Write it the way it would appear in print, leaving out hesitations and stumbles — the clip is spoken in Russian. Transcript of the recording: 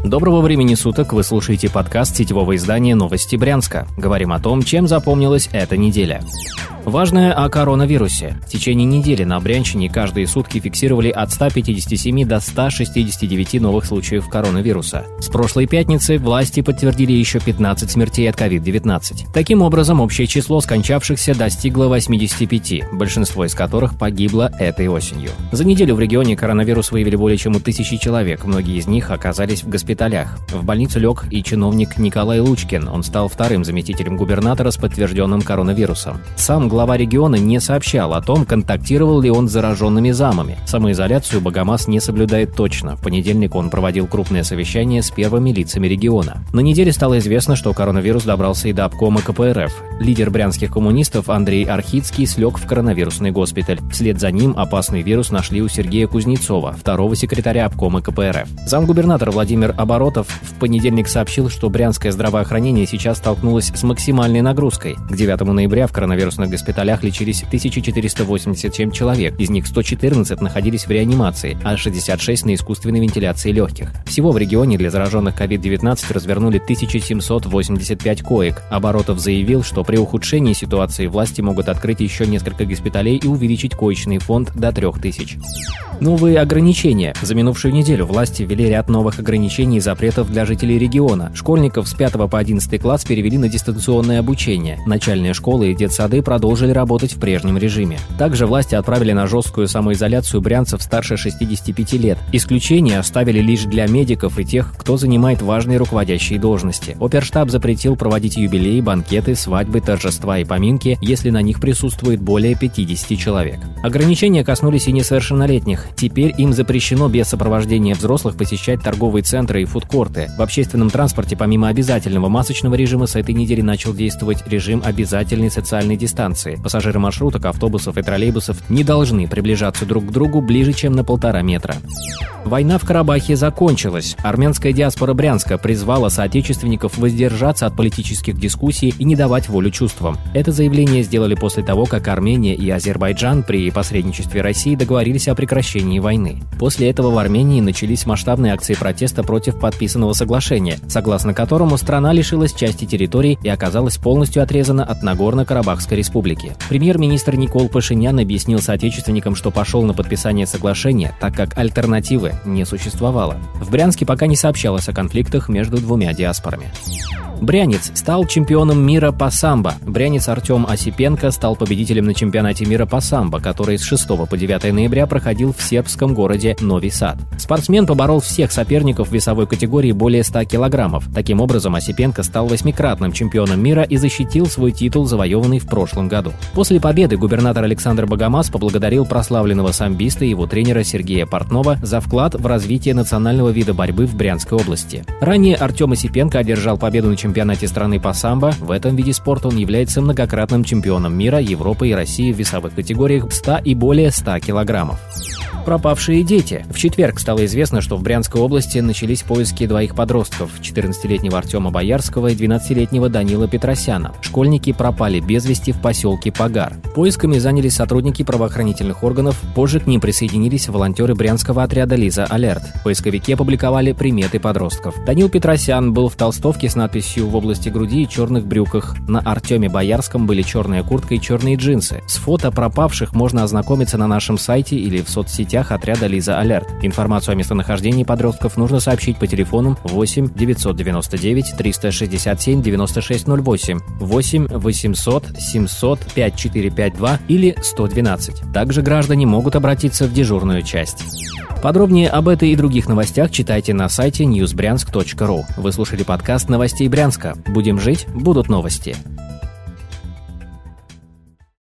Доброго времени суток, вы слушаете подкаст сетевого издания «Новости Брянска». Говорим о том, чем запомнилась эта неделя. Важное о коронавирусе. В течение недели на Брянщине каждые сутки фиксировали от 157 до 169 новых случаев коронавируса. С прошлой пятницы власти подтвердили еще 15 смертей от COVID-19. Таким образом, общее число скончавшихся достигло 85, большинство из которых погибло этой осенью. За неделю в регионе коронавирус выявили более чем у 1000 человек, многие из них оказались в госпиталях. В больницу лег и чиновник Николай Лучкин, он стал вторым заместителем губернатора с подтвержденным коронавирусом. Сам глава региона не сообщал о том, контактировал ли он с зараженными замами. Самоизоляцию Богомаз не соблюдает точно. В понедельник он проводил крупное совещание с первыми лицами региона. На неделе стало известно, что коронавирус добрался и до обкома КПРФ. Лидер брянских коммунистов Андрей Архицкий слег в коронавирусный госпиталь. Вслед за ним опасный вирус нашли у Сергея Кузнецова, второго секретаря обкома КПРФ. Замгубернатор Владимир Оборотов в понедельник сообщил, что брянское здравоохранение сейчас столкнулось с максимальной нагрузкой. К 9 ноября в коронавирусных госпиталях лечились 1487 человек, из них 114 находились в реанимации, а 66 на искусственной вентиляции легких. Всего в регионе для зараженных COVID-19 развернули 1785 коек. Оборотов заявил, что при ухудшении ситуации власти могут открыть еще несколько госпиталей и увеличить коечный фонд до 3000. Новые ограничения. За минувшую неделю власти ввели ряд новых ограничений и запретов для жителей региона. Школьников с 5 по 11 класс перевели на дистанционное обучение. Начальные школы и детсады продолжили работать в прежнем режиме. Также власти отправили на жесткую самоизоляцию брянцев старше 65 лет. Исключения оставили лишь для медиков и тех, кто занимает важные руководящие должности. Оперштаб запретил проводить юбилеи, банкеты, свадьбы, торжества и поминки, если на них присутствует более 50 человек. Ограничения коснулись и несовершеннолетних. Теперь им запрещено без сопровождения взрослых посещать торговые центры и фудкорты. В общественном транспорте помимо обязательного масочного режима с этой недели начал действовать режим обязательной социальной дистанции. Пассажиры маршруток, автобусов и троллейбусов не должны приближаться друг к другу ближе, чем на 1,5 метра. Война в Карабахе закончилась. Армянская диаспора Брянска призвала соотечественников воздержаться от политических дискуссий и не давать волю чувствам. Это заявление сделали после того, как Армения и Азербайджан при посредничестве России договорились о прекращении войны. После этого в Армении начались масштабные акции протеста против подписанного соглашения, согласно которому страна лишилась части территорий и оказалась полностью отрезана от Нагорно-Карабахской республики. Премьер-министр Никол Пашинян объяснил соотечественникам, что пошел на подписание соглашения, так как альтернативы не существовало. В Брянске пока не сообщалось о конфликтах между двумя диаспорами. Брянец стал чемпионом мира по самбо. Брянец Артем Осипенко стал победителем на чемпионате мира по самбо, который с 6 по 9 ноября проходил в сербском городе Нови Сад. Спортсмен поборол всех соперников в весовой категории более 100 килограммов. Таким образом, Осипенко стал 8-кратным чемпионом мира и защитил свой титул, завоеванный в прошлом году. После победы губернатор Александр Богомаз поблагодарил прославленного самбиста и его тренера Сергея Портнова за вклад в развитие национального вида борьбы в Брянской области. Ранее Артем Осипенко одержал победу на чемпионате страны по самбо. В этом виде спорта он является многократным чемпионом мира, Европы и России в весовых категориях 100 и более 100 килограммов. Пропавшие дети. В четверг стало известно, что в Брянской области начались поиски двоих подростков – 14-летнего Артема Боярского и 12-летнего Данила Петросяна. Школьники пропали без вести в поселке Погар. Поисками занялись сотрудники правоохранительных органов, позже к ним присоединились волонтеры брянского отряда «Лиза Алерт». Поисковики опубликовали приметы подростков. Данил Петросян был в толстовке с надписью «В области груди» и черных брюках. На Артеме Боярском были черная куртка и черные джинсы. С фото пропавших можно ознакомиться на нашем сайте или в соцсетях отряда «Лиза Алерт». Информацию о местонахождении подростков нужно сообщить по телефонам 8 999 367 9608, 8 800 700 5452 или 112. Также граждане могут обратиться в дежурную часть. Подробнее об этой и других новостях читайте на сайте newsbryansk.ru. Вы слушали подкаст новостей Брянска. Будем жить, будут новости.